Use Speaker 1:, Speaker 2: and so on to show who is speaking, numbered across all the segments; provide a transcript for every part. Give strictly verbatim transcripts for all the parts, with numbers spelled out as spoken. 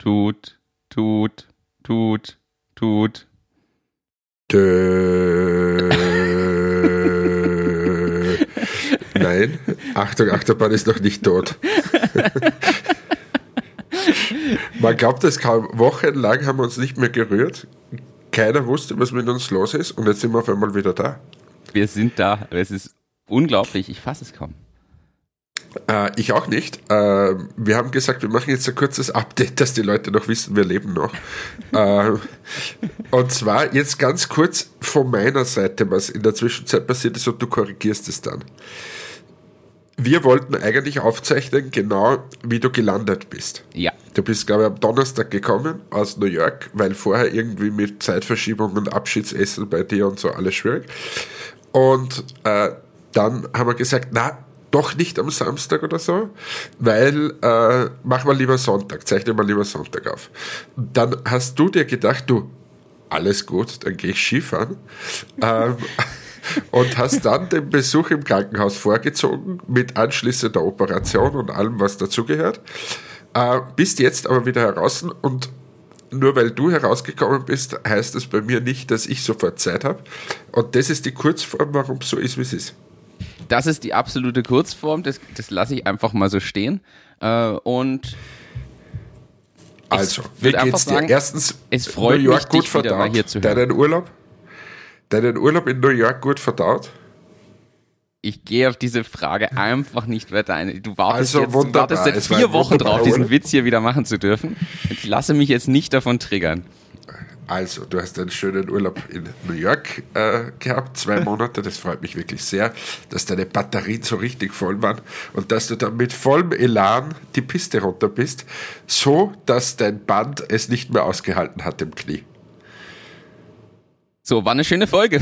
Speaker 1: tut, tut, tut, tut.
Speaker 2: Dö. Nein, Achtung, Achterbahn ist noch nicht tot. Man glaubt es kaum. Wochenlang haben wir uns nicht mehr gerührt. Keiner wusste, was mit uns los ist. Und jetzt sind wir auf einmal wieder da.
Speaker 1: Wir sind da. Es ist unglaublich. Ich fasse es kaum.
Speaker 2: Äh, ich auch nicht. Äh, wir haben gesagt, wir machen jetzt ein kurzes Update, dass die Leute noch wissen, wir leben noch. äh, und zwar jetzt ganz kurz von meiner Seite, was in der Zwischenzeit passiert ist, und du korrigierst es dann. Wir wollten eigentlich aufzeichnen, genau wie du gelandet bist.
Speaker 1: Ja.
Speaker 2: Du bist, glaube ich, am Donnerstag gekommen aus New York, weil vorher irgendwie mit Zeitverschiebung und Abschiedsessen bei dir und so alles schwierig. Und äh, dann haben wir gesagt, na, doch nicht am Samstag oder so, weil äh, machen wir lieber Sonntag, zeichnen wir lieber Sonntag auf. Und dann hast du dir gedacht, du, alles gut, dann gehe ich Skifahren. ähm, und hast dann den Besuch im Krankenhaus vorgezogen mit anschließender Operation und allem, was dazugehört. Äh, bist jetzt aber wieder heraus und nur weil du herausgekommen bist, heißt das bei mir nicht, dass ich sofort Zeit habe. Und das ist die Kurzform, warum es so ist, wie es ist.
Speaker 1: Das ist die absolute Kurzform, das, das lasse ich einfach mal so stehen. Äh, und
Speaker 2: also, wie geht's dir? Erstens,
Speaker 1: es freut
Speaker 2: New York
Speaker 1: mich,
Speaker 2: gut
Speaker 1: dich wieder mal
Speaker 2: verdaut.
Speaker 1: hier zu hören.
Speaker 2: Deinen Urlaub? Deinen Urlaub in New York gut verdaut?
Speaker 1: Ich gehe auf diese Frage einfach nicht weiter ein. Du wartest
Speaker 2: also
Speaker 1: jetzt, du wartest seit vier Wochen drauf, diesen Witz hier wieder machen zu dürfen. Ich lasse mich jetzt nicht davon triggern.
Speaker 2: Also, du hast einen schönen Urlaub in New York äh, gehabt, zwei Monate. Das freut mich wirklich sehr, dass deine Batterien so richtig voll waren und dass du dann mit vollem Elan die Piste runter bist, so dass dein Band es nicht mehr ausgehalten hat im Knie.
Speaker 1: So, war eine schöne Folge.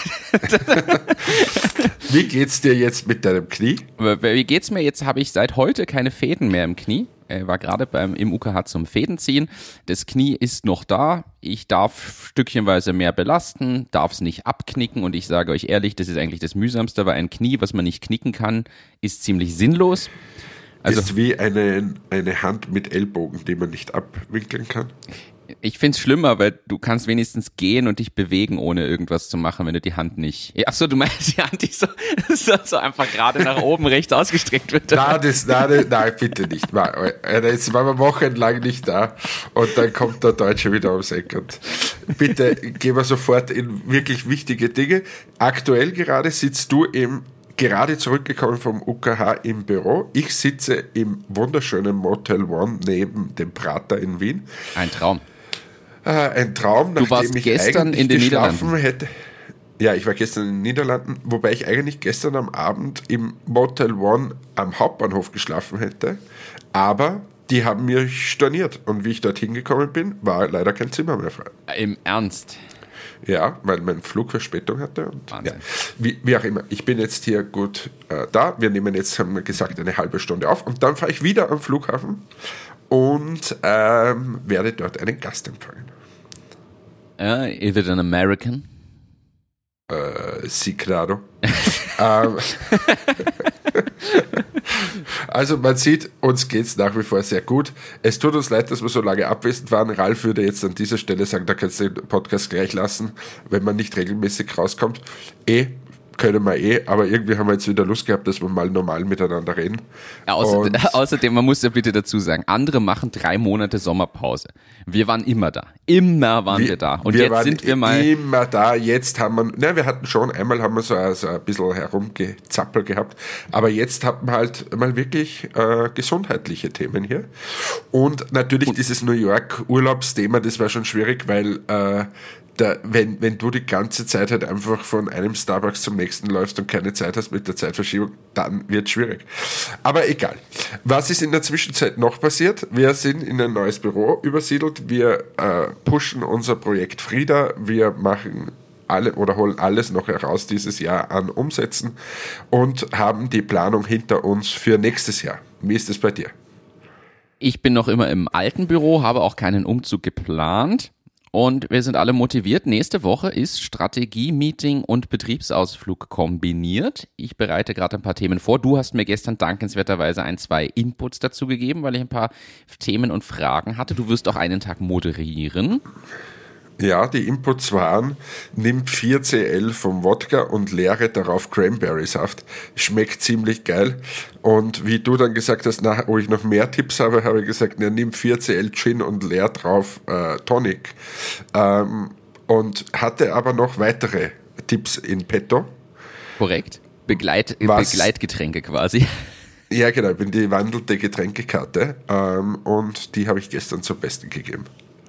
Speaker 2: Wie geht's dir jetzt mit deinem Knie?
Speaker 1: Wie geht's mir? Jetzt habe ich seit heute keine Fäden mehr im Knie. Ich war gerade beim im U K H zum Fädenziehen. Das Knie ist noch da. Ich darf stückchenweise mehr belasten, darf es nicht abknicken. Und ich sage euch ehrlich, das ist eigentlich das Mühsamste, weil ein Knie, was man nicht knicken kann, ist ziemlich sinnlos.
Speaker 2: Also, ist wie eine, eine Hand mit Ellbogen, die man nicht abwinkeln kann.
Speaker 1: Ich find's schlimmer, weil du kannst wenigstens gehen und dich bewegen, ohne irgendwas zu machen, wenn du die Hand nicht... Ach so, du meinst die Hand, die so, so, so einfach gerade nach oben rechts ausgestreckt wird?
Speaker 2: Nein, das, nein, nein, bitte nicht. Jetzt waren wir wochenlang nicht da und dann kommt der Deutsche wieder ums Eck. Und bitte gehen wir sofort in wirklich wichtige Dinge. Aktuell gerade sitzt du im... Gerade zurückgekommen vom U K H im Büro. Ich sitze im wunderschönen Motel One neben dem Prater in Wien.
Speaker 1: Ein Traum.
Speaker 2: Äh, ein Traum,
Speaker 1: du
Speaker 2: nachdem
Speaker 1: warst
Speaker 2: ich
Speaker 1: gestern
Speaker 2: eigentlich
Speaker 1: in den
Speaker 2: geschlafen
Speaker 1: Niederlanden.
Speaker 2: hätte. Ja, ich war gestern in den Niederlanden, wobei ich eigentlich gestern am Abend im Motel One am Hauptbahnhof geschlafen hätte. Aber die haben mich storniert. Und wie ich dorthin gekommen bin, war leider kein Zimmer mehr frei.
Speaker 1: Im Ernst?
Speaker 2: Ja, weil mein Flug Verspätung hatte. Und
Speaker 1: Wahnsinn.
Speaker 2: Ja, wie, wie auch immer, ich bin jetzt hier gut äh, da. Wir nehmen jetzt, haben wir gesagt, eine halbe Stunde auf und dann fahre ich wieder am Flughafen und ähm, werde dort einen Gast empfangen.
Speaker 1: Uh, is it an American?
Speaker 2: Äh, sí, claro. ähm, also man sieht, uns geht's nach wie vor sehr gut. Es tut uns leid, dass wir so lange abwesend waren. Ralf würde jetzt an dieser Stelle sagen, da kannst du den Podcast gleich lassen, wenn man nicht regelmäßig rauskommt. Eh, können wir eh, aber irgendwie haben wir jetzt wieder Lust gehabt, dass wir mal normal miteinander reden.
Speaker 1: Ja, außerdem, außerdem, man muss ja bitte dazu sagen, andere machen drei Monate Sommerpause. Wir waren immer da. Immer waren wir, wir da. Und
Speaker 2: wir
Speaker 1: jetzt sind wir mal...
Speaker 2: immer da. Jetzt haben wir... Ne, wir hatten schon, einmal haben wir so, so ein bisschen herumgezappelt gehabt, aber jetzt hatten wir halt mal wirklich äh, gesundheitliche Themen hier. Und natürlich und dieses New York Urlaubsthema, das war schon schwierig, weil... Äh, Da, wenn, wenn du die ganze Zeit halt einfach von einem Starbucks zum nächsten läufst und keine Zeit hast mit der Zeitverschiebung, dann wird es schwierig. Aber egal. Was ist in der Zwischenzeit noch passiert? Wir sind in ein neues Büro übersiedelt. Wir äh, pushen unser Projekt Frieda. Wir machen alle oder holen alles noch heraus dieses Jahr an Umsätzen und haben die Planung hinter uns für nächstes Jahr. Wie ist es bei dir?
Speaker 1: Ich bin noch immer im alten Büro, habe auch keinen Umzug geplant. Und wir sind alle motiviert. Nächste Woche ist Strategie-Meeting und Betriebsausflug kombiniert. Ich bereite gerade ein paar Themen vor. Du hast mir gestern dankenswerterweise ein, zwei Inputs dazu gegeben, weil ich ein paar Themen und Fragen hatte. Du wirst auch einen Tag moderieren.
Speaker 2: Ja, die Inputs waren, nimm vier C L vom Wodka und leere darauf Cranberry-Saft. Schmeckt ziemlich geil. Und wie du dann gesagt hast, nach, wo ich noch mehr Tipps habe, habe ich gesagt, na, nimm vier C L Gin und leer drauf äh, Tonic. Ähm, und hatte aber noch weitere Tipps in petto.
Speaker 1: Korrekt. Begleit, Begleitgetränke quasi.
Speaker 2: Ja, genau, ich bin die wandelte Getränkekarte ähm, und die habe ich gestern zum Besten gegeben.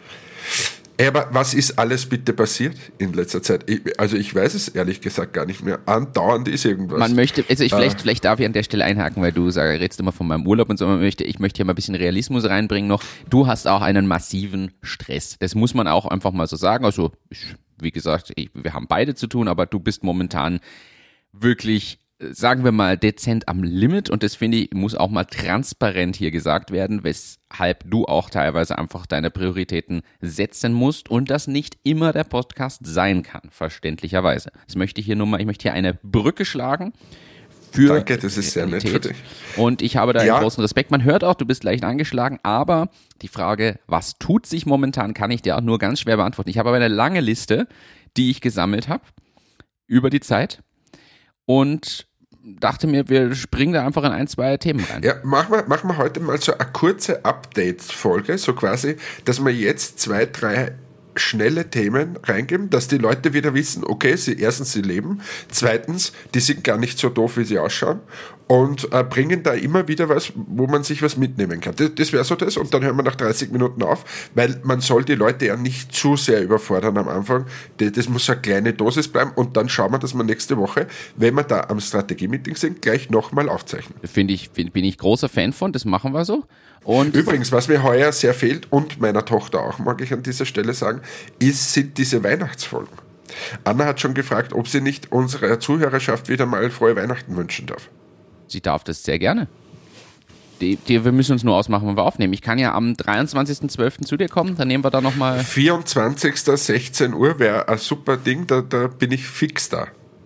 Speaker 2: Aber was ist alles bitte passiert in letzter Zeit? Ich, also ich weiß es ehrlich gesagt gar nicht mehr. Andauernd ist irgendwas.
Speaker 1: Man möchte, also ich, vielleicht, äh, vielleicht darf ich an der Stelle einhaken, weil du sag, redest immer von meinem Urlaub und so. Man möchte, ich möchte hier mal ein bisschen Realismus reinbringen noch. Du hast auch einen massiven Stress. Das muss man auch einfach mal so sagen. Also ich, wie gesagt, ich, wir haben beide zu tun, aber du bist momentan wirklich, sagen wir mal, dezent am Limit und das finde ich, muss auch mal transparent hier gesagt werden, weshalb du auch teilweise einfach deine Prioritäten setzen musst und das nicht immer der Podcast sein kann, verständlicherweise. Das möchte ich hier nur mal, ich möchte hier eine Brücke schlagen für
Speaker 2: Danke, das ist sehr nett für dich.
Speaker 1: Und ich habe da
Speaker 2: ja.
Speaker 1: einen großen Respekt. Man hört auch, du bist leicht angeschlagen, aber die Frage, was tut sich momentan, kann ich dir auch nur ganz schwer beantworten. Ich habe aber eine lange Liste, die ich gesammelt habe über die Zeit und dachte mir, wir springen da einfach in ein, zwei Themen rein.
Speaker 2: Ja, machen wir, machen wir heute mal so eine kurze Update-Folge, so quasi, dass wir jetzt zwei, drei schnelle Themen reingeben, dass die Leute wieder wissen, okay, sie, erstens, sie leben, zweitens, die sind gar nicht so doof, wie sie ausschauen und äh, bringen da immer wieder was, wo man sich was mitnehmen kann. Das, das wäre so das und dann hören wir nach dreißig Minuten auf, weil man soll die Leute ja nicht zu sehr überfordern am Anfang. Das, das muss eine kleine Dosis bleiben und dann schauen wir, dass wir nächste Woche, wenn wir da am Strategie-Meeting sind, gleich nochmal aufzeichnen.
Speaker 1: Finde ich, find, bin ich großer Fan von, das machen wir so. Und
Speaker 2: übrigens, was mir heuer sehr fehlt und meiner Tochter auch, mag ich an dieser Stelle sagen, ist, sind diese Weihnachtsfolgen. Anna hat schon gefragt, ob sie nicht unserer Zuhörerschaft wieder mal frohe Weihnachten wünschen darf.
Speaker 1: Sie darf das sehr gerne. Die, die, wir müssen uns nur ausmachen, wann wir aufnehmen. Ich kann ja am dreiundzwanzigsten zwölften zu dir kommen, dann nehmen wir da nochmal...
Speaker 2: vierundzwanzigsten sechzehn Uhr wäre ein super Ding, da, da bin ich fix da.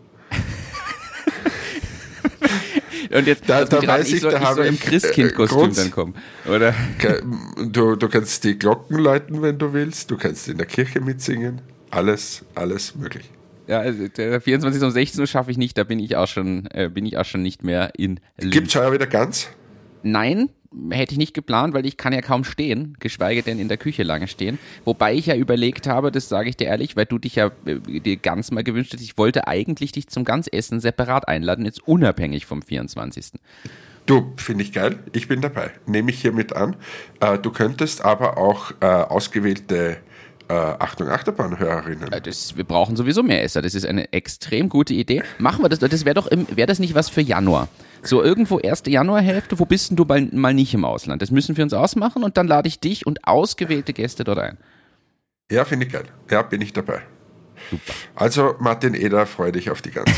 Speaker 1: Und jetzt
Speaker 2: da, da
Speaker 1: grad,
Speaker 2: weiß ich,
Speaker 1: ich soll,
Speaker 2: da
Speaker 1: ich soll
Speaker 2: habe
Speaker 1: im Christkind-Kostüm dann kommen, oder?
Speaker 2: Du, du kannst die Glocken läuten, wenn du willst, du kannst in der Kirche mitsingen, alles, alles möglich.
Speaker 1: Ja, also der vierundzwanzigsten um sechzehn Uhr schaffe ich nicht, da bin ich auch schon, äh, bin ich auch schon nicht mehr in Linz.
Speaker 2: Gibt's heuer wieder ganz?
Speaker 1: Nein, hätte ich nicht geplant, weil ich kann ja kaum stehen, geschweige denn in der Küche lange stehen. Wobei ich ja überlegt habe, das sage ich dir ehrlich, weil du dich ja äh, dir ganz mal gewünscht hast, ich wollte eigentlich dich zum Ganzessen separat einladen, jetzt unabhängig vom vierundzwanzigsten
Speaker 2: Du, finde ich geil, ich bin dabei, nehme ich hiermit an. Äh, du könntest aber auch äh, ausgewählte Äh, Achtung, Achterbahn-Hörerinnen.
Speaker 1: Das, wir brauchen sowieso mehr Esser. Das ist eine extrem gute Idee. Machen wir das. Das wäre doch, wäre das nicht was für Januar? So irgendwo erste Januarhälfte, wo bist denn du mal, mal nicht im Ausland? Das müssen wir uns ausmachen und dann lade ich dich und ausgewählte Gäste dort ein.
Speaker 2: Ja, finde ich geil. Ja, bin ich dabei.
Speaker 1: Super.
Speaker 2: Also Martin Eder, freu dich auf die ganze.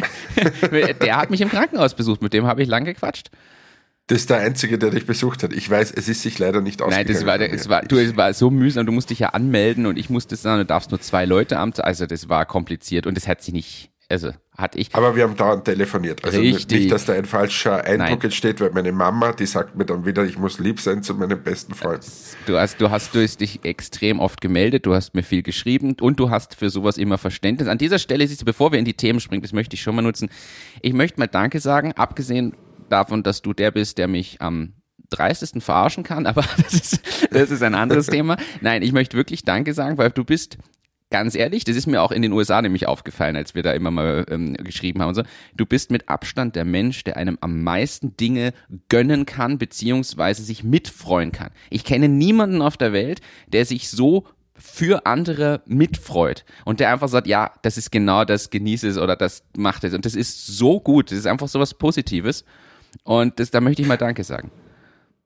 Speaker 1: Der hat mich im Krankenhaus besucht, mit dem habe ich lang gequatscht.
Speaker 2: Das ist der Einzige, der dich besucht hat. Ich weiß, es ist sich leider nicht ausgegangen.
Speaker 1: Nein, das war, es war, du, es war so mühsam, du musst dich ja anmelden und ich musste sagen, du darfst nur zwei Leute am, also das war kompliziert und das hat sich nicht, also hatte ich.
Speaker 2: Aber wir haben dauernd telefoniert. Also
Speaker 1: Richtig.
Speaker 2: Nicht, dass da ein falscher Eindruck
Speaker 1: Nein.
Speaker 2: entsteht, weil meine Mama, die sagt mir dann wieder, ich muss lieb sein zu meinem besten Freund.
Speaker 1: Du hast, du hast du hast dich extrem oft gemeldet, du hast mir viel geschrieben und du hast für sowas immer Verständnis. An dieser Stelle, siehst du, bevor wir in die Themen springen, das möchte ich schon mal nutzen, ich möchte mal Danke sagen, abgesehen davon, dass du der bist, der mich am dreistesten verarschen kann, aber das ist, das ist ein anderes Thema. Nein, ich möchte wirklich Danke sagen, weil du bist, ganz ehrlich, das ist mir auch in den U S A nämlich aufgefallen, als wir da immer mal ähm, geschrieben haben und so, du bist mit Abstand der Mensch, der einem am meisten Dinge gönnen kann, beziehungsweise sich mitfreuen kann. Ich kenne niemanden auf der Welt, der sich so für andere mitfreut und der einfach sagt, ja, das ist genau das, genieße es oder das macht es und das ist so gut, das ist einfach so was Positives und das, da möchte ich mal Danke sagen.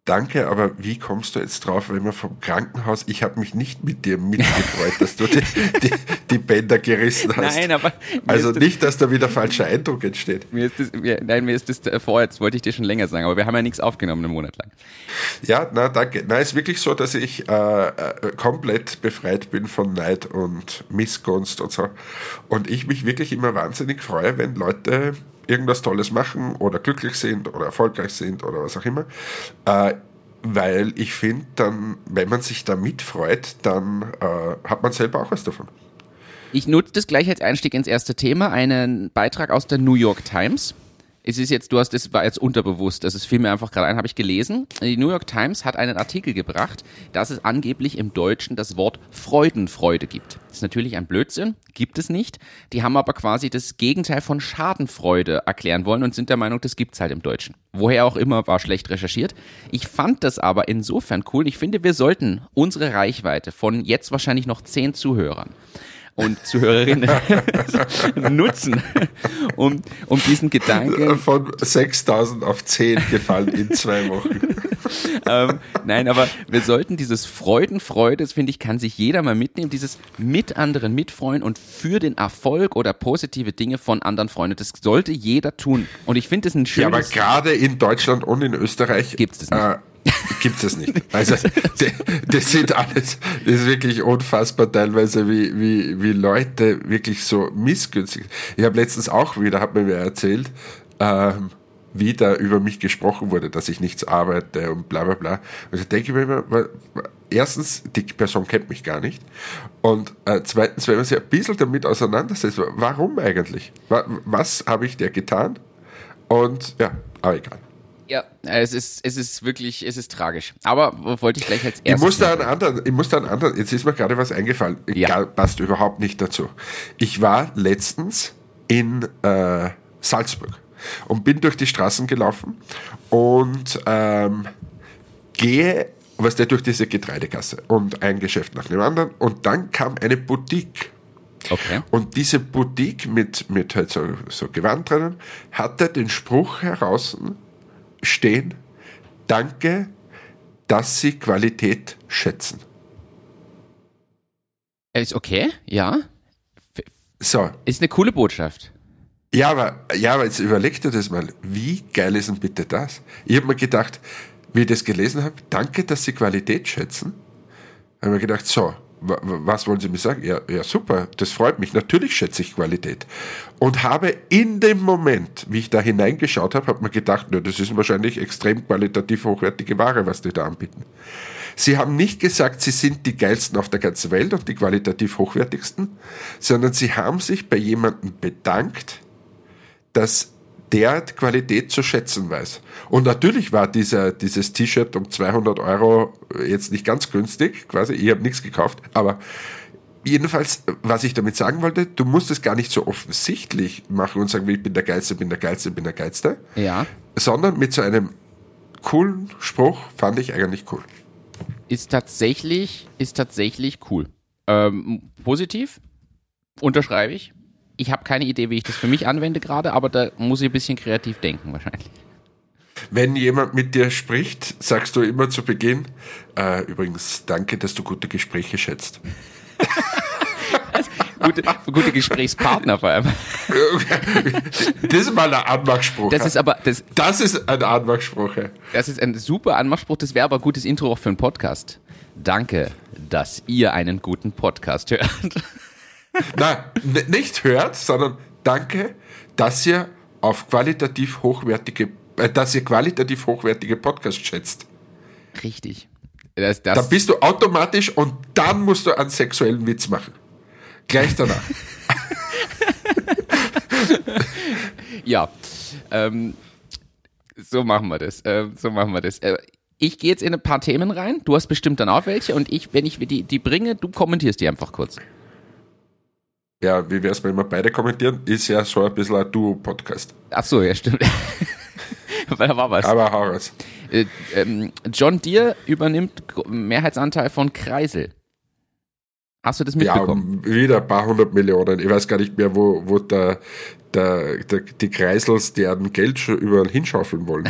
Speaker 2: danke, aber wie kommst du jetzt drauf, wenn wir vom Krankenhaus, ich habe mich nicht mit dir mitgefreut, dass du die, die, die Bänder gerissen hast.
Speaker 1: Nein, aber...
Speaker 2: Also das, nicht, dass da wieder falscher Eindruck entsteht.
Speaker 1: Mir ist das, mir, nein, mir ist das vorher, das wollte ich dir schon länger sagen, aber wir haben ja nichts aufgenommen einen Monat lang.
Speaker 2: Ja, na danke. Na, ist wirklich so, dass ich äh, äh, komplett befreit bin von Neid und Missgunst und so. Und ich mich wirklich immer wahnsinnig freue, wenn Leute irgendwas Tolles machen oder glücklich sind oder erfolgreich sind oder was auch immer. Äh, weil ich finde, dann, wenn man sich da mitfreut, dann äh, hat man selber auch was davon.
Speaker 1: Ich nutze das gleich als Einstieg ins erste Thema, einen Beitrag aus der New York Times. Es ist jetzt, du hast, das war jetzt unterbewusst, das ist fiel mir einfach gerade ein, habe ich gelesen. Die New York Times hat einen Artikel gebracht, dass es angeblich im Deutschen das Wort Freudenfreude gibt. Das ist natürlich ein Blödsinn, gibt es nicht. Die haben aber quasi das Gegenteil von Schadenfreude erklären wollen und sind der Meinung, das gibt's halt im Deutschen. Woher auch immer, war schlecht recherchiert. Ich fand das aber insofern cool. Ich finde, wir sollten unsere Reichweite von jetzt wahrscheinlich noch zehn Zuhörern und Zuhörerinnen nutzen, um, um diesen Gedanken...
Speaker 2: Von sechstausend auf zehn gefallen in zwei Wochen.
Speaker 1: ähm, nein, aber wir sollten dieses Freudenfreude, das finde ich, kann sich jeder mal mitnehmen, dieses mit anderen mitfreuen und für den Erfolg oder positive Dinge von anderen freuen. Das sollte jeder tun. Und ich finde das ein schönes...
Speaker 2: Ja, aber gerade in Deutschland und in Österreich...
Speaker 1: Gibt's das nicht.
Speaker 2: Äh, Gibt es nicht. Also das, das sind alles, das ist wirklich unfassbar teilweise, wie, wie, wie Leute wirklich so missgünstig. Ich habe letztens auch wieder, hat mir wer erzählt, ähm, wie da über mich gesprochen wurde, dass ich nichts arbeite und bla bla bla. Und ich denke mir immer, weil, erstens, die Person kennt mich gar nicht. Und äh, zweitens, wenn man sich ein bisschen damit auseinandersetzt, warum eigentlich? Was habe ich dir getan? Und ja, aber egal.
Speaker 1: Ja, es ist, es ist wirklich, es ist tragisch. Aber wollte ich gleich als erstes...
Speaker 2: Ich muss da einen anderen, ich muss da einen anderen, jetzt ist mir gerade was eingefallen,
Speaker 1: ja.
Speaker 2: Passt überhaupt nicht dazu. Ich war letztens in äh, Salzburg und bin durch die Straßen gelaufen und ähm, gehe, was der durch diese Getreidegasse und ein Geschäft nach dem anderen und dann kam eine Boutique.
Speaker 1: Okay.
Speaker 2: Und diese Boutique mit, mit halt so, so Gewand drinnen hatte den Spruch heraus stehen, danke, dass Sie Qualität schätzen.
Speaker 1: Ist okay, ja.
Speaker 2: So.
Speaker 1: Ist eine coole Botschaft.
Speaker 2: Ja, aber, ja, aber jetzt überleg dir das mal. Wie geil ist denn bitte das? Ich habe mir gedacht, wie ich das gelesen habe, danke, dass Sie Qualität schätzen. Habe mir gedacht, so, was wollen Sie mir sagen? Ja, ja, super, das freut mich. Natürlich schätze ich Qualität. Und habe in dem Moment, wie ich da hineingeschaut habe, habe mir gedacht, na, das ist wahrscheinlich extrem qualitativ hochwertige Ware, was die da anbieten. Sie haben nicht gesagt, sie sind die geilsten auf der ganzen Welt und die qualitativ hochwertigsten, sondern sie haben sich bei jemandem bedankt, dass der Qualität zu schätzen weiß. Und natürlich war dieser, dieses T-Shirt um zweihundert Euro jetzt nicht ganz günstig, quasi, ich habe nichts gekauft, aber jedenfalls, was ich damit sagen wollte, du musst es gar nicht so offensichtlich machen und sagen, ich bin der Geilste, bin der Geilste, bin der Geilste,
Speaker 1: ja.
Speaker 2: Sondern mit so einem coolen Spruch fand ich eigentlich cool.
Speaker 1: Ist tatsächlich, ist tatsächlich cool. Ähm, positiv, unterschreibe ich. Ich habe keine Idee, wie ich das für mich anwende gerade, aber da muss ich ein bisschen kreativ denken wahrscheinlich.
Speaker 2: Wenn jemand mit dir spricht, sagst du immer zu Beginn, äh, übrigens, danke, dass du gute Gespräche schätzt.
Speaker 1: Also, gute, gute Gesprächspartner vor allem.
Speaker 2: Das ist mal ein Anmachspruch.
Speaker 1: Das ist aber das,
Speaker 2: das ist ein Anmachspruch.
Speaker 1: Das ist ein super Anmachspruch, das wäre aber ein gutes Intro auch für einen Podcast. Danke, dass ihr einen guten Podcast hört.
Speaker 2: Nein, n- nicht hört, sondern danke, dass ihr auf qualitativ hochwertige, äh, dass ihr qualitativ hochwertige Podcasts schätzt.
Speaker 1: Richtig. Das, das
Speaker 2: Da bist du automatisch und dann musst du einen sexuellen Witz machen. Gleich danach.
Speaker 1: Ja, ähm, so machen wir das. Äh, so machen wir das. Äh, ich gehe jetzt in ein paar Themen rein. Du hast bestimmt dann auch welche und ich, wenn ich die, die bringe, du kommentierst die einfach kurz.
Speaker 2: Ja, wie wär's, wenn wir beide kommentieren? Ist ja so ein bisschen ein Duo-Podcast.
Speaker 1: Ach so, ja, stimmt. Da war was.
Speaker 2: Aber hau raus.
Speaker 1: Äh, ähm, John Deere übernimmt Mehrheitsanteil von Kreisel. Hast du das mitbekommen?
Speaker 2: Ja, wieder ein paar hundert Millionen. Ich weiß gar nicht mehr, wo, wo der, der, der, die Kreisels deren Geld schon überall hinschaufeln wollen.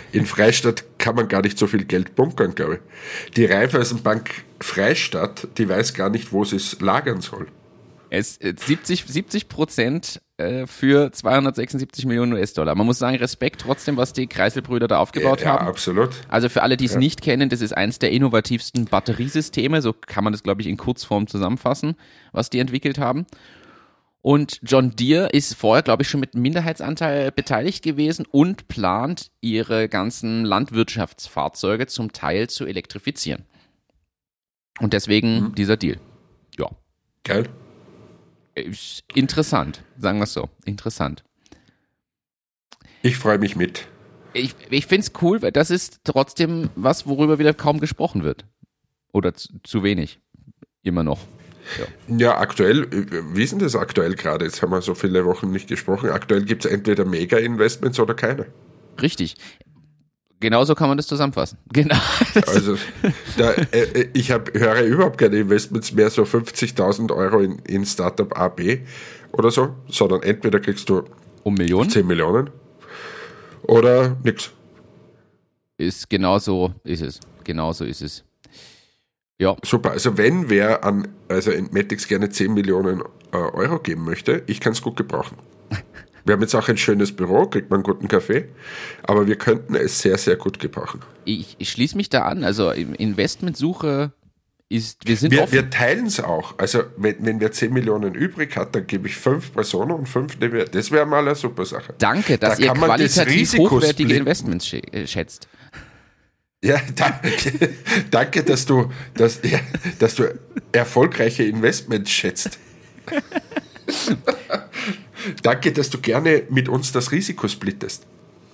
Speaker 2: In Freistadt kann man gar nicht so viel Geld bunkern, glaube ich. Die Raiffeisenbank Freistadt, die weiß gar nicht, wo sie es lagern soll.
Speaker 1: Es siebzig Prozent für zweihundertsechsundsiebzig Millionen U S-Dollar. Man muss sagen, Respekt trotzdem, was die Kreiselbrüder da aufgebaut
Speaker 2: ja,
Speaker 1: haben.
Speaker 2: Ja, absolut.
Speaker 1: Also für alle, die es
Speaker 2: ja.
Speaker 1: nicht kennen, das ist eins der innovativsten Batteriesysteme, so kann man das, glaube ich, in Kurzform zusammenfassen, was die entwickelt haben. Und John Deere ist vorher, glaube ich, schon mit einem Minderheitsanteil beteiligt gewesen und plant, ihre ganzen Landwirtschaftsfahrzeuge zum Teil zu elektrifizieren. Und deswegen mhm. dieser Deal. Ja.
Speaker 2: Geil.
Speaker 1: Ist interessant, sagen wir es so. Interessant.
Speaker 2: Ich freue mich mit.
Speaker 1: Ich, ich finde es cool, weil das ist trotzdem was, worüber wieder kaum gesprochen wird. Oder zu, zu wenig. Immer noch.
Speaker 2: Ja. ja, aktuell, wie ist denn das aktuell gerade? Jetzt haben wir so viele Wochen nicht gesprochen. Aktuell gibt es entweder Mega-Investments oder keine.
Speaker 1: Richtig. Genauso kann man das zusammenfassen. Genau.
Speaker 2: Also, da, äh, ich hab, höre überhaupt keine Investments mehr, so fünfzigtausend Euro in, in Startup A, B oder so, sondern entweder kriegst du
Speaker 1: um Millionen?
Speaker 2: zehn Millionen oder nix.
Speaker 1: Ist genauso ist es. Genauso ist es. Ja.
Speaker 2: Super, also wenn wer an, also in Matix gerne zehn Millionen äh, Euro geben möchte, ich kann es gut gebrauchen. Wir haben jetzt auch ein schönes Büro, kriegt man einen guten Kaffee, aber wir könnten es sehr, sehr gut gebrauchen.
Speaker 1: Ich, ich schließe mich da an, also Investmentsuche ist, wir sind
Speaker 2: Wir,
Speaker 1: offen.
Speaker 2: wir teilen es auch, also wenn, wenn wer zehn Millionen übrig hat, dann gebe ich fünf Personen und fünf, das wäre mal eine super Sache.
Speaker 1: Danke, dass
Speaker 2: da
Speaker 1: ihr qualitativ das hochwertige Investments schätzt.
Speaker 2: Ja, danke, danke dass, du, dass, ja, dass du erfolgreiche Investments schätzt. Danke, dass du gerne mit uns das Risiko splittest.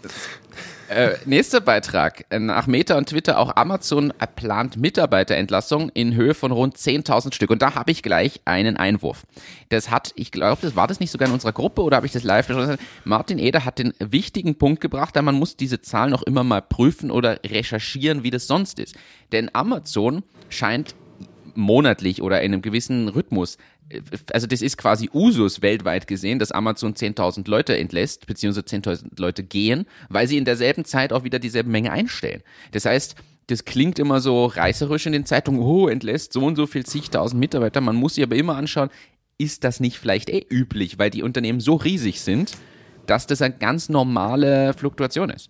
Speaker 1: Äh, nächster Beitrag. Nach Meta und Twitter auch Amazon plant Mitarbeiterentlassung in Höhe von rund zehntausend Stück. Und da habe ich gleich einen Einwurf. Das hat, ich glaube, das war das nicht sogar in unserer Gruppe oder habe ich das live besprochen? Martin Eder hat den wichtigen Punkt gebracht, da man muss diese Zahl noch immer mal prüfen oder recherchieren, wie das sonst ist. Denn Amazon scheint monatlich oder in einem gewissen Rhythmus, also das ist quasi Usus weltweit gesehen, dass Amazon zehntausend Leute entlässt, beziehungsweise zehntausend Leute gehen, weil sie in derselben Zeit auch wieder dieselbe Menge einstellen. Das heißt, das klingt immer so reißerisch in den Zeitungen, oh, entlässt so und so viel zigtausend Mitarbeiter, man muss sich aber immer anschauen, ist das nicht vielleicht eh üblich, weil die Unternehmen so riesig sind, dass das eine ganz normale Fluktuation ist.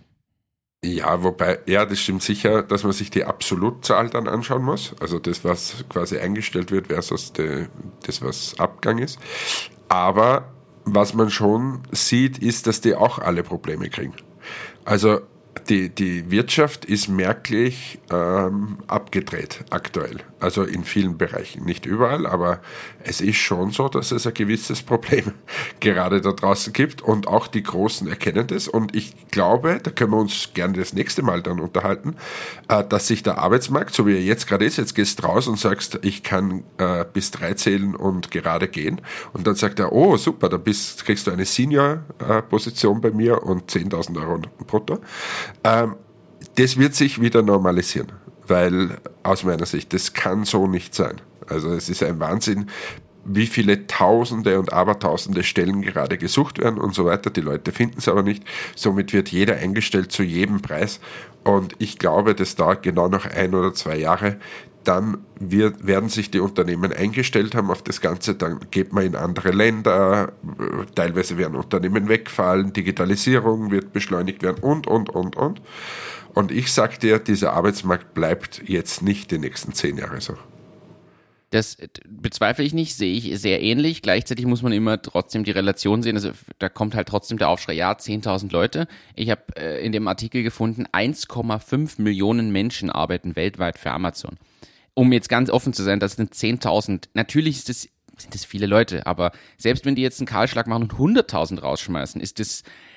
Speaker 2: Ja, wobei, ja, das stimmt sicher, dass man sich die Absolutzahl dann anschauen muss. Also das, was quasi eingestellt wird versus die, das, was Abgang ist. Aber was man schon sieht, ist, dass die auch alle Probleme kriegen. Also die, die Wirtschaft ist merklich ähm, abgedreht aktuell. Also in vielen Bereichen. Nicht überall, aber es ist schon so, dass es ein gewisses Problem gerade da draußen gibt und auch die Großen erkennen das. Und ich glaube, da können wir uns gerne das nächste Mal dann unterhalten, äh, dass sich der Arbeitsmarkt, so wie er jetzt gerade ist, jetzt gehst du raus und sagst, ich kann äh, bis drei zählen und gerade gehen. Und dann sagt er, oh super, dann bist, kriegst du eine Senior-Position bei mir und zehntausend Euro brutto. Ähm, das wird sich wieder normalisieren, weil aus meiner Sicht, das kann so nicht sein. Also es ist ein Wahnsinn, wie viele Tausende und Abertausende Stellen gerade gesucht werden und so weiter. Die Leute finden es aber nicht. Somit wird jeder eingestellt zu jedem Preis. Und ich glaube, das dauert genau noch ein oder zwei Jahre. Dann wird, werden sich die Unternehmen eingestellt haben auf das Ganze, dann geht man in andere Länder, teilweise werden Unternehmen wegfallen, Digitalisierung wird beschleunigt werden und, und, und, und. Und ich sag dir, dieser Arbeitsmarkt bleibt jetzt nicht die nächsten zehn Jahre so.
Speaker 1: Das bezweifle ich nicht, sehe ich sehr ähnlich. Gleichzeitig muss man immer trotzdem die Relation sehen. Also da kommt halt trotzdem der Aufschrei, ja, zehntausend Leute. Ich habe äh, in dem Artikel gefunden, eins Komma fünf Millionen Menschen arbeiten weltweit für Amazon. Um jetzt ganz offen zu sein, das sind zehntausend. Natürlich ist das, sind das viele Leute, aber selbst wenn die jetzt einen Kahlschlag machen und hunderttausend rausschmeißen, ist das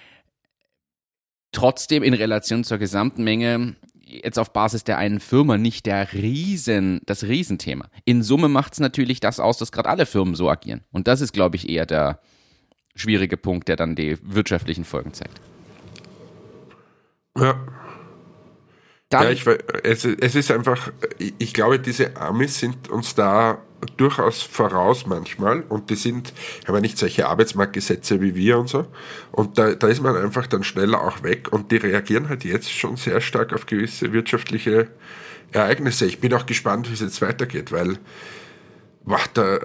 Speaker 1: trotzdem in Relation zur gesamten Menge jetzt auf Basis der einen Firma nicht der Riesen, das Riesenthema. In Summe macht es natürlich das aus, dass gerade alle Firmen so agieren. Und das ist, glaube ich, eher der schwierige Punkt, der dann die wirtschaftlichen Folgen zeigt.
Speaker 2: Ja.
Speaker 1: Dann,
Speaker 2: ja, ich, es, es ist einfach, ich glaube, diese Amis sind uns da durchaus voraus manchmal und die sind, haben ja nicht solche Arbeitsmarktgesetze wie wir und so und da, da ist man einfach dann schneller auch weg und die reagieren halt jetzt schon sehr stark auf gewisse wirtschaftliche Ereignisse. Ich bin auch gespannt, wie es jetzt weitergeht, weil boah, da,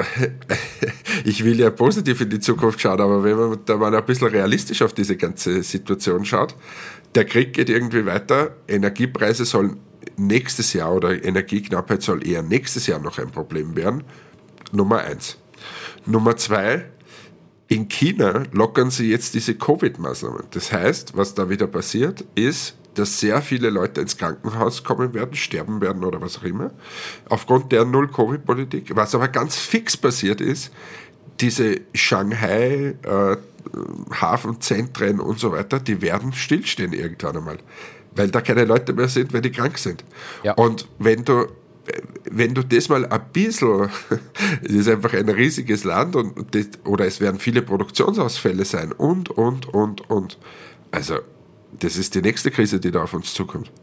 Speaker 2: ich will ja positiv in die Zukunft schauen, aber wenn man da mal ein bisschen realistisch auf diese ganze Situation schaut, der Krieg geht irgendwie weiter, Energiepreise sollen nächstes Jahr oder Energieknappheit soll eher nächstes Jahr noch ein Problem werden. Nummer eins. Nummer zwei, in China lockern sie jetzt diese Covid-Maßnahmen. Das heißt, was da wieder passiert, ist, dass sehr viele Leute ins Krankenhaus kommen werden, sterben werden oder was auch immer, aufgrund der Null-Covid-Politik. Was aber ganz fix passiert ist, diese Shanghai, äh, Hafenzentren und so weiter, die werden stillstehen irgendwann einmal, weil da keine Leute mehr sind, wenn die krank sind. Ja. Und wenn du wenn du das mal ein bisschen, es ist einfach ein riesiges Land und das, oder es werden viele Produktionsausfälle sein und, und, und, und. Also, das ist die nächste Krise, die da auf uns zukommt.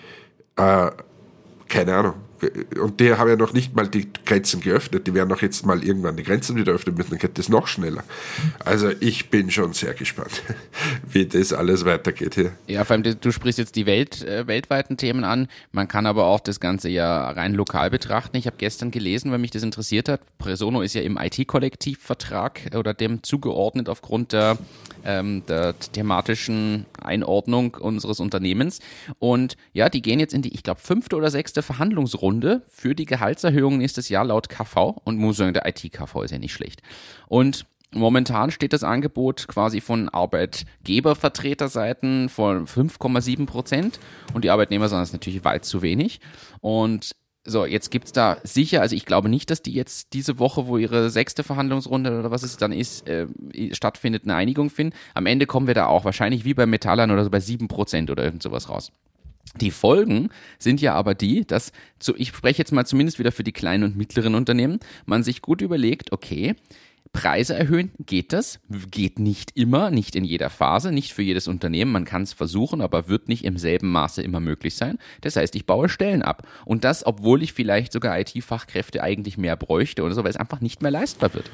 Speaker 2: Äh, keine Ahnung. Und die haben ja noch nicht mal die Grenzen geöffnet. Die werden auch jetzt mal irgendwann die Grenzen wieder öffnen müssen. Dann geht das noch schneller. Also ich bin schon sehr gespannt, wie das alles weitergeht hier.
Speaker 1: Ja, vor allem du sprichst jetzt die Welt, äh, weltweiten Themen an. Man kann aber auch das Ganze ja rein lokal betrachten. Ich habe gestern gelesen, weil mich das interessiert hat, Presono ist ja im I T-Kollektivvertrag oder dem zugeordnet aufgrund der, ähm, der thematischen Einordnung unseres Unternehmens. Und ja, die gehen jetzt in die, ich glaube, fünfte oder sechste Verhandlungsrunde für die Gehaltserhöhung nächstes Jahr laut K V und muss sagen, der I T-K V ist ja nicht schlecht. Und momentan steht das Angebot quasi von Arbeitgebervertreterseiten von fünf Komma sieben Prozent und die Arbeitnehmer sagen, das ist natürlich weit zu wenig. Und so, jetzt gibt's da sicher, also ich glaube nicht, dass die jetzt diese Woche, wo ihre sechste Verhandlungsrunde oder was es dann ist, äh, stattfindet, eine Einigung finden. Am Ende kommen wir da auch wahrscheinlich wie bei Metallern oder so bei sieben Prozent oder irgend sowas raus. Die Folgen sind ja aber die, dass, so, ich spreche jetzt mal zumindest wieder für die kleinen und mittleren Unternehmen, man sich gut überlegt, okay, Preise erhöhen, geht das? Geht nicht immer, nicht in jeder Phase, nicht für jedes Unternehmen. Man kann es versuchen, aber wird nicht im selben Maße immer möglich sein. Das heißt, ich baue Stellen ab. Und das, obwohl ich vielleicht sogar I T-Fachkräfte eigentlich mehr bräuchte oder so, weil es einfach nicht mehr leistbar wird.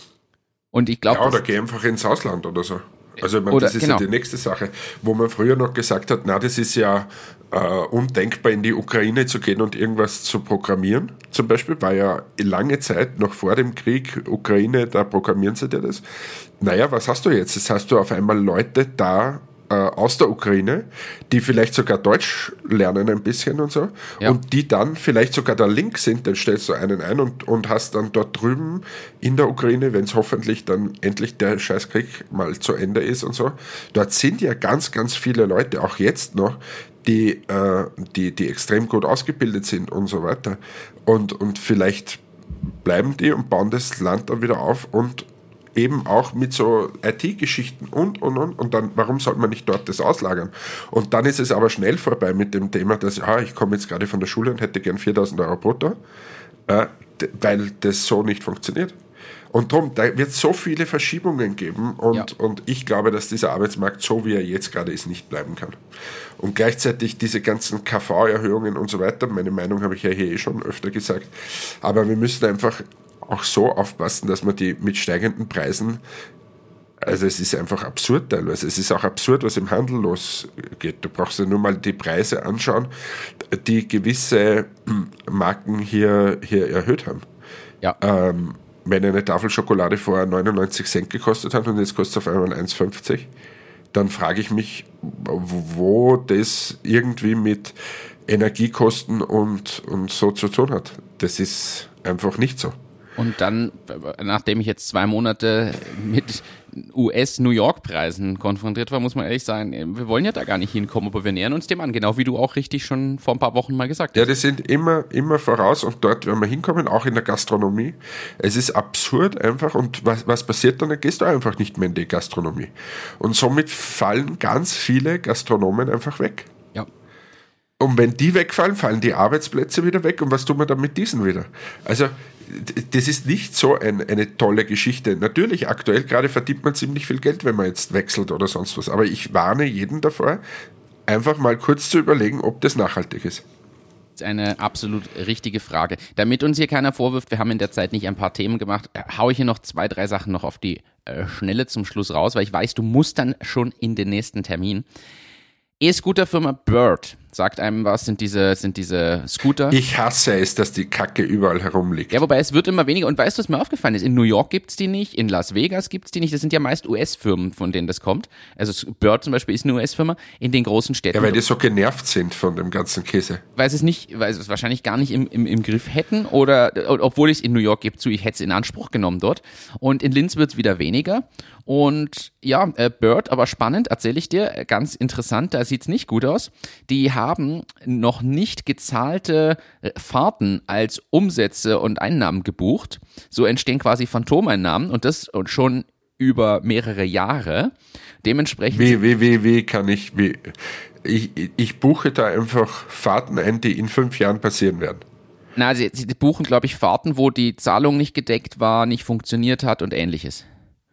Speaker 1: Und ich glaube,
Speaker 2: ja, oder geh einfach ins Ausland oder so. Also ich meine, oder, das ist genau. ja die nächste Sache, wo man früher noch gesagt hat, na, das ist ja äh, undenkbar, in die Ukraine zu gehen und irgendwas zu programmieren. Zum Beispiel war ja lange Zeit, noch vor dem Krieg, Ukraine, da programmieren sie dir das. Naja, was hast du jetzt? Jetzt hast du auf einmal Leute da äh, aus der Ukraine, die vielleicht sogar Deutsch lernen ein bisschen und so, ja. und die dann vielleicht sogar da Link sind, dann stellst du einen ein und, und hast dann dort drüben in der Ukraine, wenn es hoffentlich dann endlich der Scheißkrieg mal zu Ende ist und so, dort sind ja ganz, ganz viele Leute, auch jetzt noch, die, äh, die, die extrem gut ausgebildet sind und so weiter. Und, und vielleicht bleiben die und bauen das Land dann wieder auf und eben auch mit so I T-Geschichten und, und, und. Und dann, warum sollte man nicht dort das auslagern? Und dann ist es aber schnell vorbei mit dem Thema, dass, ah, ich komme jetzt gerade von der Schule und hätte gern viertausend Euro brutto, äh, weil das so nicht funktioniert. Und darum, da wird es so viele Verschiebungen geben und, ja. und ich glaube, dass dieser Arbeitsmarkt, so wie er jetzt gerade ist, nicht bleiben kann. Und gleichzeitig diese ganzen K V-Erhöhungen und so weiter, meine Meinung habe ich ja hier eh schon öfter gesagt, aber wir müssen einfach auch so aufpassen, dass man die mit steigenden Preisen, also es ist einfach absurd teilweise, es ist auch absurd, was im Handel losgeht. Du brauchst ja nur mal die Preise anschauen, die gewisse Marken hier, hier erhöht haben.
Speaker 1: Ja.
Speaker 2: Ähm, wenn eine Tafel Schokolade vorher neunundneunzig Cent gekostet hat und jetzt kostet es auf einmal eins fünfzig, dann frage ich mich, wo das irgendwie mit Energiekosten und, und so zu tun hat. Das ist einfach nicht so.
Speaker 1: Und dann, nachdem ich jetzt zwei Monate mit U S-New York-Preisen konfrontiert war, muss man ehrlich sagen, wir wollen ja da gar nicht hinkommen, aber wir nähern uns dem an, genau wie du auch richtig schon vor ein paar Wochen mal gesagt hast.
Speaker 2: Ja, die sind immer, immer voraus und dort werden wir hinkommen, auch in der Gastronomie. Es ist absurd einfach und was, was passiert dann? Dann gehst du einfach nicht mehr in die Gastronomie. Und somit fallen ganz viele Gastronomen einfach weg.
Speaker 1: Ja.
Speaker 2: Und wenn die wegfallen, fallen die Arbeitsplätze wieder weg und was tun wir dann mit diesen wieder? Also das ist nicht so ein, eine tolle Geschichte. Natürlich, aktuell gerade verdient man ziemlich viel Geld, wenn man jetzt wechselt oder sonst was. Aber ich warne jeden davor, einfach mal kurz zu überlegen, ob das nachhaltig ist.
Speaker 1: Das ist eine absolut richtige Frage. Damit uns hier keiner vorwirft, wir haben in der Zeit nicht ein paar Themen gemacht, hau ich hier noch zwei, drei Sachen noch auf die äh, Schnelle zum Schluss raus, weil ich weiß, du musst dann schon in den nächsten Termin. E-Scooter-Firma Bird sagt einem was, sind diese, sind diese Scooter.
Speaker 2: Ich hasse es, dass die Kacke überall herumliegt.
Speaker 1: Ja, wobei es wird immer weniger. Und weißt du, was mir aufgefallen ist? In New York gibt's die nicht, in Las Vegas gibt's die nicht. Das sind ja meist U S-Firmen, von denen das kommt. Also Bird zum Beispiel ist eine U S-Firma in den großen Städten.
Speaker 2: Ja, weil die so genervt sind von dem ganzen Käse.
Speaker 1: Weil sie es nicht, weil sie es wahrscheinlich gar nicht im, im, im Griff hätten oder, obwohl ich es in New York gebe zu, ich hätte es in Anspruch genommen dort. Und in Linz wird's wieder weniger. Und ja, äh, Bird, aber spannend, erzähle ich dir, ganz interessant, da sieht's nicht gut aus. Die haben noch nicht gezahlte Fahrten als Umsätze und Einnahmen gebucht. So entstehen quasi Phantomeinnahmen und das schon über mehrere Jahre. Dementsprechend.
Speaker 2: Wie, wie, wie, wie kann ich, wie, ich, ich buche da einfach Fahrten ein, die in fünf Jahren passieren werden.
Speaker 1: Na, sie, sie buchen, glaube ich, Fahrten, wo die Zahlung nicht gedeckt war, nicht funktioniert hat und ähnliches.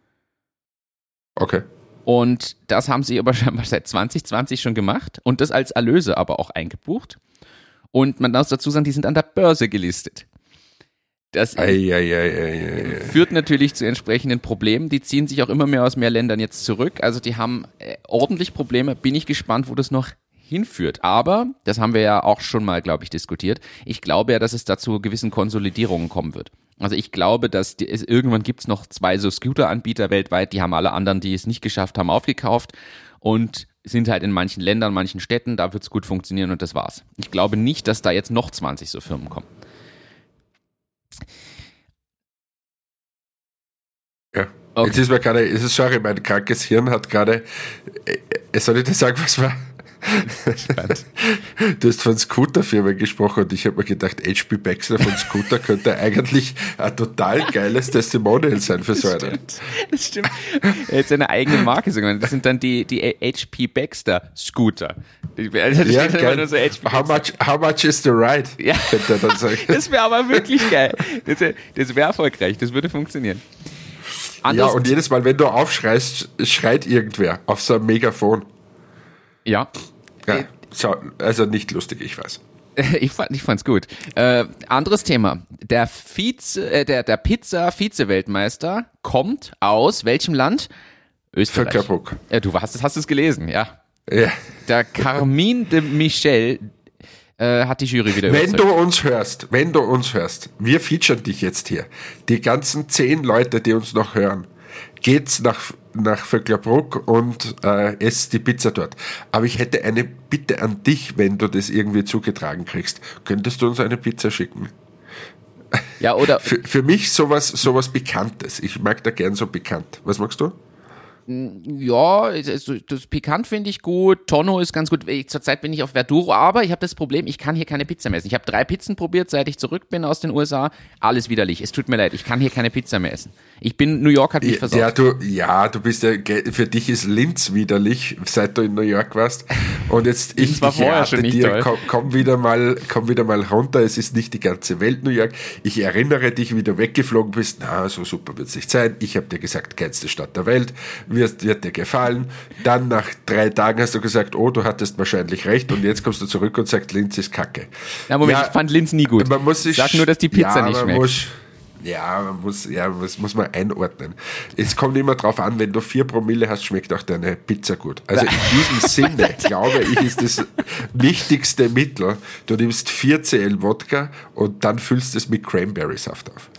Speaker 2: Okay.
Speaker 1: Und das haben sie aber schon seit zwanzig zwanzig schon gemacht und das als Erlöse aber auch eingebucht. Und man darf dazu sagen, die sind an der Börse gelistet. Das
Speaker 2: ei, ei, ei, ei, ei.
Speaker 1: führt natürlich zu entsprechenden Problemen. Die ziehen sich auch immer mehr aus mehr Ländern jetzt zurück. Also die haben äh, ordentlich Probleme. Bin ich gespannt, wo das noch hinführt. Aber, das haben wir ja auch schon mal, glaube ich, diskutiert, ich glaube ja, dass es dazu gewissen Konsolidierungen kommen wird. Also ich glaube, dass die, es, irgendwann gibt es noch zwei so Scooter-Anbieter weltweit, die haben alle anderen, die es nicht geschafft haben, aufgekauft und sind halt in manchen Ländern, manchen Städten, da wird es gut funktionieren und das war's. Ich glaube nicht, dass da jetzt noch zwanzig so Firmen kommen.
Speaker 2: Ja.
Speaker 1: Okay.
Speaker 2: Jetzt ist mir gerade, es ist sorry, mein krankes Hirn hat gerade, äh, soll ich dir sagen, was war? Du hast von Scooter-Firmen gesprochen und ich habe mir gedacht, H P Baxter von Scooter könnte eigentlich ein total geiles Testimonial sein für so einen.
Speaker 1: Das stimmt. Er hat seine eigene Marke sogar. Das sind dann die, die H P Baxter Scooter. Also
Speaker 2: ja, geil. Nur so H P how, much, how much is the ride?
Speaker 1: Ja.
Speaker 2: Könnte er dann sagen.
Speaker 1: Das wäre aber wirklich geil. Das wäre wär erfolgreich. Das würde funktionieren.
Speaker 2: Anders ja, und jedes Mal, wenn du aufschreist, schreit irgendwer auf so einem Megafon.
Speaker 1: Ja.
Speaker 2: ja so, also nicht lustig, ich weiß.
Speaker 1: Ich fand, ich fand's gut. Äh, anderes Thema. Der Vize, äh, der, der Pizza-Vize-Weltmeister kommt aus welchem Land? Österreich.
Speaker 2: Vöcklerbruck.
Speaker 1: Ja, du hast, hast es gelesen, ja.
Speaker 2: Ja.
Speaker 1: Der Carmine de Michel äh, hat die Jury wieder
Speaker 2: Wenn
Speaker 1: überzeugt.
Speaker 2: du uns hörst, wenn du uns hörst, wir featuren dich jetzt hier. Die ganzen zehn Leute, die uns noch hören, geht's nach nach Vöcklerbruck und äh, esst die Pizza dort. Aber ich hätte eine Bitte an dich, wenn du das irgendwie zugetragen kriegst. Könntest du uns eine Pizza schicken?
Speaker 1: Ja, oder?
Speaker 2: Für, für mich sowas, sowas Bekanntes. Ich mag da gern so bekannt. Was magst du?
Speaker 1: Ja, das Pikant finde ich gut. Tonno ist ganz gut. Zurzeit bin ich auf Verduro, aber ich habe das Problem, ich kann hier keine Pizza mehr essen. Ich habe drei Pizzen probiert, seit ich zurück bin aus den U S A. Alles widerlich. Es tut mir leid, ich kann hier keine Pizza mehr essen. Ich bin, New York hat mich versaut.
Speaker 2: Ja, du, ja, du bist ja, für dich ist Linz widerlich, seit du in New York warst. Und jetzt, ich, ich rate dir, komm, komm wieder mal, komm wieder mal runter. Es ist nicht die ganze Welt New York. Ich erinnere dich, wie du weggeflogen bist. Na, so super wird es nicht sein. Ich habe dir gesagt, geilste Stadt der Welt. Wird, wird dir gefallen. Dann nach drei Tagen hast du gesagt, oh, du hattest wahrscheinlich recht. Und jetzt kommst du zurück und sagst, Linz ist Kacke.
Speaker 1: Na, Moment, ja, ich fand Linz nie gut.
Speaker 2: Man muss sich,
Speaker 1: Sag nur, dass die Pizza
Speaker 2: ja,
Speaker 1: nicht schmeckt.
Speaker 2: Muss, ja, man muss, ja, das muss man einordnen. Es kommt immer drauf an, wenn du vier Promille hast, schmeckt auch deine Pizza gut. Also in diesem Sinne, glaube ich, ist das wichtigste Mittel, du nimmst vier C L Wodka und dann füllst es mit Cranberry-Saft auf.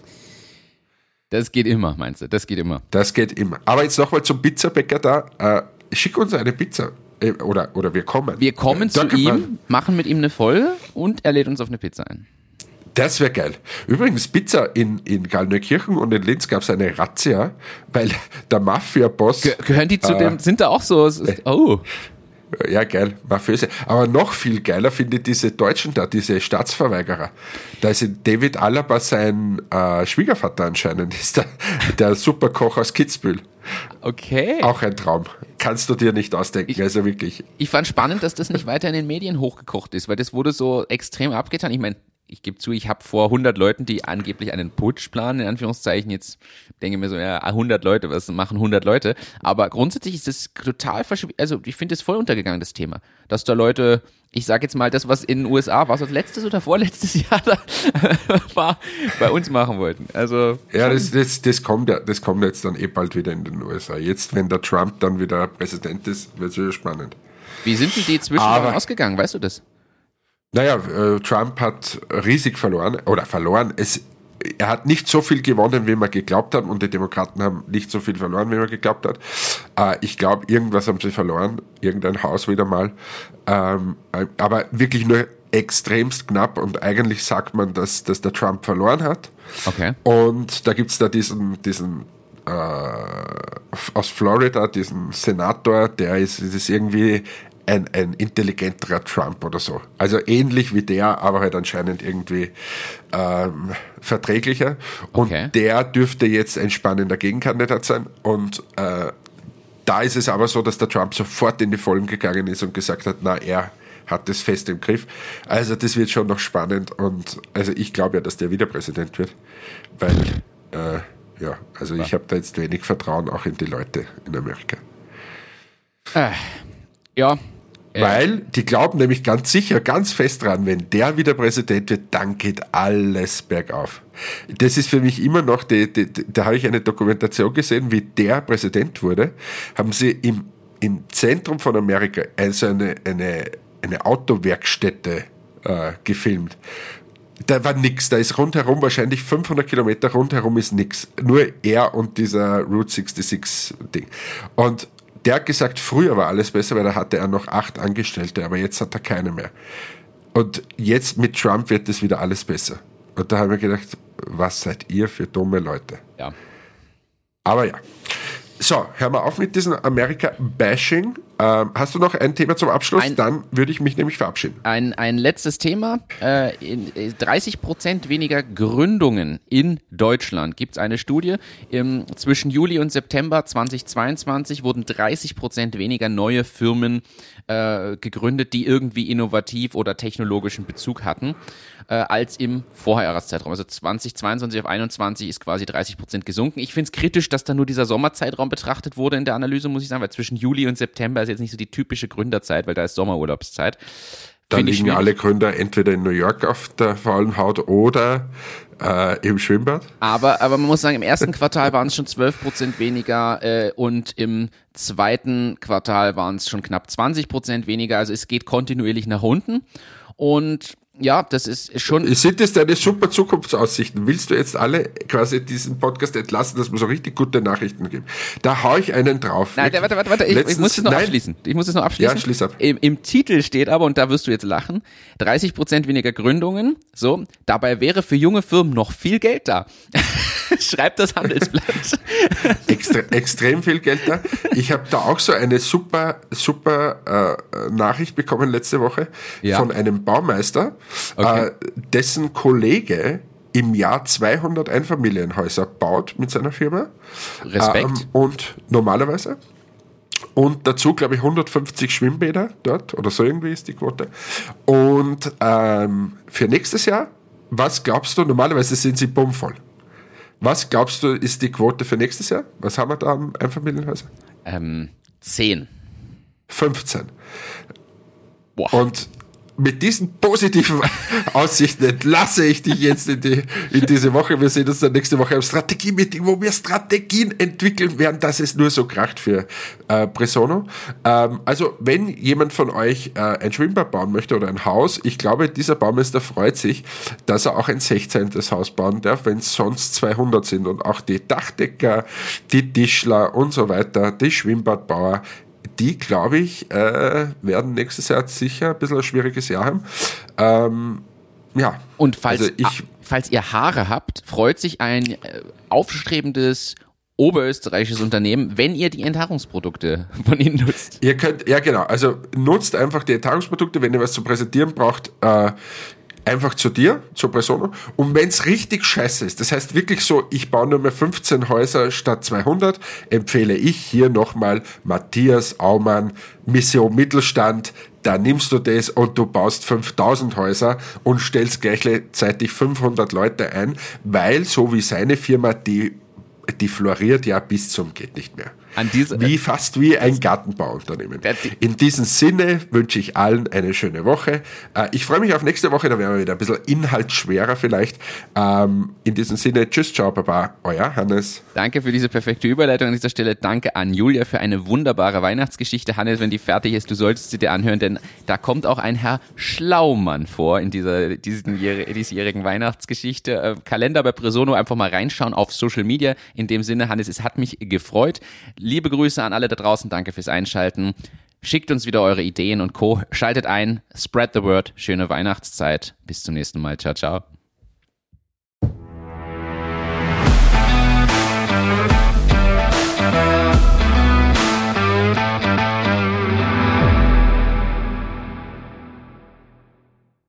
Speaker 1: Das geht immer, meinst du? Das geht immer.
Speaker 2: Das geht immer. Aber jetzt nochmal zum Pizzabäcker da. Äh, schick uns eine Pizza. Äh, oder, oder wir kommen.
Speaker 1: Wir kommen
Speaker 2: äh,
Speaker 1: zu ihm, machen mit ihm eine Folge und er lädt uns auf eine Pizza ein.
Speaker 2: Das wäre geil. Übrigens, Pizza in, in Gallneukirchen und in Linz gab es eine Razzia, weil der Mafia-Boss...
Speaker 1: Ge- gehören die zu äh, dem, sind da auch so... Oh...
Speaker 2: Ja, geil, mafiöse. Aber noch viel geiler finde ich diese Deutschen da, diese Staatsverweigerer. Da ist David Alaba sein äh, Schwiegervater anscheinend, ist der, der Superkoch aus Kitzbühel.
Speaker 1: Okay.
Speaker 2: Auch ein Traum. Kannst du dir nicht ausdenken,
Speaker 1: ich,
Speaker 2: also wirklich.
Speaker 1: Ich fand spannend, dass das nicht weiter in den Medien hochgekocht ist, weil das wurde so extrem abgetan. Ich meine, ich gebe zu, ich habe vor hundert Leuten, die angeblich einen Putsch planen, in Anführungszeichen, jetzt denke ich mir so, ja, hundert Leute, was machen hundert Leute? Aber grundsätzlich ist das total verschwunden, also ich finde es voll untergegangen, das Thema, dass da Leute, ich sage jetzt mal, das, was in den U S A, was das letztes oder vorletztes Jahr da war, bei uns machen wollten. Also
Speaker 2: ja, das, das, das, kommt ja, das kommt jetzt dann eh bald wieder in den U S A. Jetzt, wenn der Trump dann wieder Präsident ist, wird es wieder spannend.
Speaker 1: Wie sind denn die Zwischenwahlen ausgegangen, weißt du das?
Speaker 2: Naja, äh, Trump hat riesig verloren, oder verloren, es, er hat nicht so viel gewonnen, wie man geglaubt hat, und die Demokraten haben nicht so viel verloren, wie man geglaubt hat. Äh, ich glaube, irgendwas haben sie verloren, irgendein Haus wieder mal, ähm, aber wirklich nur extremst knapp, und eigentlich sagt man, dass, dass der Trump verloren hat.
Speaker 1: Okay.
Speaker 2: Und da gibt's da diesen, diesen äh, aus Florida, diesen Senator, der ist, ist irgendwie Ein, ein intelligenterer Trump oder so. Also ähnlich wie der, aber halt anscheinend irgendwie ähm, verträglicher. Und
Speaker 1: okay.
Speaker 2: Der dürfte jetzt ein spannender Gegenkandidat sein. Und äh, da ist es aber so, dass der Trump sofort in die Vollen gegangen ist und gesagt hat, na, er hat das fest im Griff. Also das wird schon noch spannend. Und also ich glaube ja, dass der wieder Präsident wird. Weil, äh, ja, also ja. ich habe da jetzt wenig Vertrauen auch in die Leute in Amerika.
Speaker 1: Äh. Ja. Äh.
Speaker 2: Weil die glauben nämlich ganz sicher, ganz fest dran, wenn der wieder Präsident wird, dann geht alles bergauf. Das ist für mich immer noch, die, die, die, da habe ich eine Dokumentation gesehen, wie der Präsident wurde, haben sie im, im Zentrum von Amerika also eine, eine, eine Autowerkstätte äh, gefilmt. Da war nix, da ist rundherum wahrscheinlich fünfhundert Kilometer rundherum ist nix. Nur er und dieser Route sechsundsechzig Ding. Und der hat gesagt, früher war alles besser, weil da hatte er noch acht Angestellte, aber jetzt hat er keine mehr. Und jetzt mit Trump wird das wieder alles besser. Und da haben wir gedacht, was seid ihr für dumme Leute?
Speaker 1: Ja.
Speaker 2: Aber ja. So, hör mal auf mit diesem Amerika-Bashing. Ähm, hast du noch ein Thema zum Abschluss? Ein, Dann würde ich mich nämlich verabschieden.
Speaker 1: Ein, ein letztes Thema. Äh, in, dreißig Prozent weniger Gründungen in Deutschland. Gibt es eine Studie. Im, zwischen Juli und September zweitausendzweiundzwanzig wurden dreißig Prozent weniger neue Firmen äh, gegründet, die irgendwie innovativ oder technologischen Bezug hatten, äh, als im Vorjahreszeitraum. Also zweitausendzweiundzwanzig auf einundzwanzig ist quasi dreißig Prozent gesunken. Ich finde es kritisch, dass da nur dieser Sommerzeitraum betrachtet wurde in der Analyse, muss ich sagen, weil zwischen Juli und September ist jetzt nicht so die typische Gründerzeit, weil da ist Sommerurlaubszeit.
Speaker 2: Da
Speaker 1: Find
Speaker 2: liegen alle Gründer entweder in New York auf der faulen Haut oder äh, im Schwimmbad.
Speaker 1: Aber, aber man muss sagen, im ersten Quartal waren es schon zwölf Prozent weniger äh, und im zweiten Quartal waren es schon knapp zwanzig Prozent weniger. Also es geht kontinuierlich nach unten und ja, das ist schon...
Speaker 2: Sind das deine super Zukunftsaussichten? Willst du jetzt alle quasi diesen Podcast entlassen, dass wir so richtig gute Nachrichten geben? Da hau ich einen drauf.
Speaker 1: Nein, warte, warte, warte, ich,
Speaker 2: Letztens,
Speaker 1: ich muss es noch
Speaker 2: nein.
Speaker 1: abschließen. Ich muss es noch abschließen.
Speaker 2: Ja, schließ ab.
Speaker 1: Im, Im Titel steht aber, und da wirst du jetzt lachen, dreißig Prozent weniger Gründungen, so, dabei wäre für junge Firmen noch viel Geld da. Schreibt das Handelsblatt.
Speaker 2: Extre, extrem viel Geld da. Ich habe da auch so eine super, super äh, Nachricht bekommen letzte Woche
Speaker 1: ja.
Speaker 2: von einem Baumeister,
Speaker 1: okay.
Speaker 2: äh, dessen Kollege im Jahr zweihundert Einfamilienhäuser baut mit seiner Firma.
Speaker 1: Respekt.
Speaker 2: Ähm, und normalerweise. Und dazu, glaube ich, hundertfünfzig Schwimmbäder dort, oder so irgendwie ist die Quote. Und ähm, für nächstes Jahr, was glaubst du, normalerweise sind sie bummvoll. Was glaubst du, ist die Quote für nächstes Jahr? Was haben wir da am Einfamilienhäuser?
Speaker 1: Ähm, zehn.
Speaker 2: fünfzehn.
Speaker 1: Boah.
Speaker 2: Und mit diesen positiven Aussichten entlasse ich dich jetzt in, die, in diese Woche. Wir sehen uns dann nächste Woche am Strategie-Meeting, wo wir Strategien entwickeln werden, dass es nur so kracht für äh, Bresono. Ähm, also, wenn jemand von euch äh, ein Schwimmbad bauen möchte oder ein Haus, ich glaube, dieser Baumeister freut sich, dass er auch ein sechzehntes Haus bauen darf, wenn es sonst zweihundert sind. Und auch die Dachdecker, die Tischler und so weiter, die Schwimmbadbauer, die, glaube ich, äh, werden nächstes Jahr sicher ein bisschen ein schwieriges Jahr haben. Ähm, ja.
Speaker 1: Und falls,
Speaker 2: also ich,
Speaker 1: a, falls ihr Haare habt, freut sich ein äh, aufstrebendes oberösterreichisches Unternehmen, wenn ihr die Enthaarungsprodukte von ihnen nutzt.
Speaker 2: Ihr könnt, ja genau, also nutzt einfach die Enthaarungsprodukte, wenn ihr was zu präsentieren braucht, äh, einfach zu dir, zur Bresono. Und wenn es richtig scheiße ist, das heißt wirklich so, ich baue nur mehr fünfzehn Häuser statt zweihundert, empfehle ich hier nochmal Matthias Aumann, Mission Mittelstand, da nimmst du das und du baust fünftausend Häuser und stellst gleichzeitig fünfhundert Leute ein, weil so wie seine Firma, die, die floriert ja bis zum geht nicht mehr.
Speaker 1: An diese,
Speaker 2: wie fast wie ein Gartenbauunternehmen. In diesem Sinne wünsche ich allen eine schöne Woche. Ich freue mich auf nächste Woche, da werden wir wieder ein bisschen inhaltsschwerer vielleicht. In diesem Sinne, tschüss, ciao, baba, euer Hannes.
Speaker 1: Danke für diese perfekte Überleitung an dieser Stelle. Danke an Julia für eine wunderbare Weihnachtsgeschichte. Hannes, wenn die fertig ist, du solltest sie dir anhören, denn da kommt auch ein Herr Schlaumann vor in dieser diesen, diesjährigen Weihnachtsgeschichte. Kalender bei Presono, einfach mal reinschauen auf Social Media. In dem Sinne, Hannes, es hat mich gefreut. Liebe Grüße an alle da draußen, danke fürs Einschalten. Schickt uns wieder eure Ideen und Co. Schaltet ein, spread the word, schöne Weihnachtszeit. Bis zum nächsten Mal, ciao, ciao.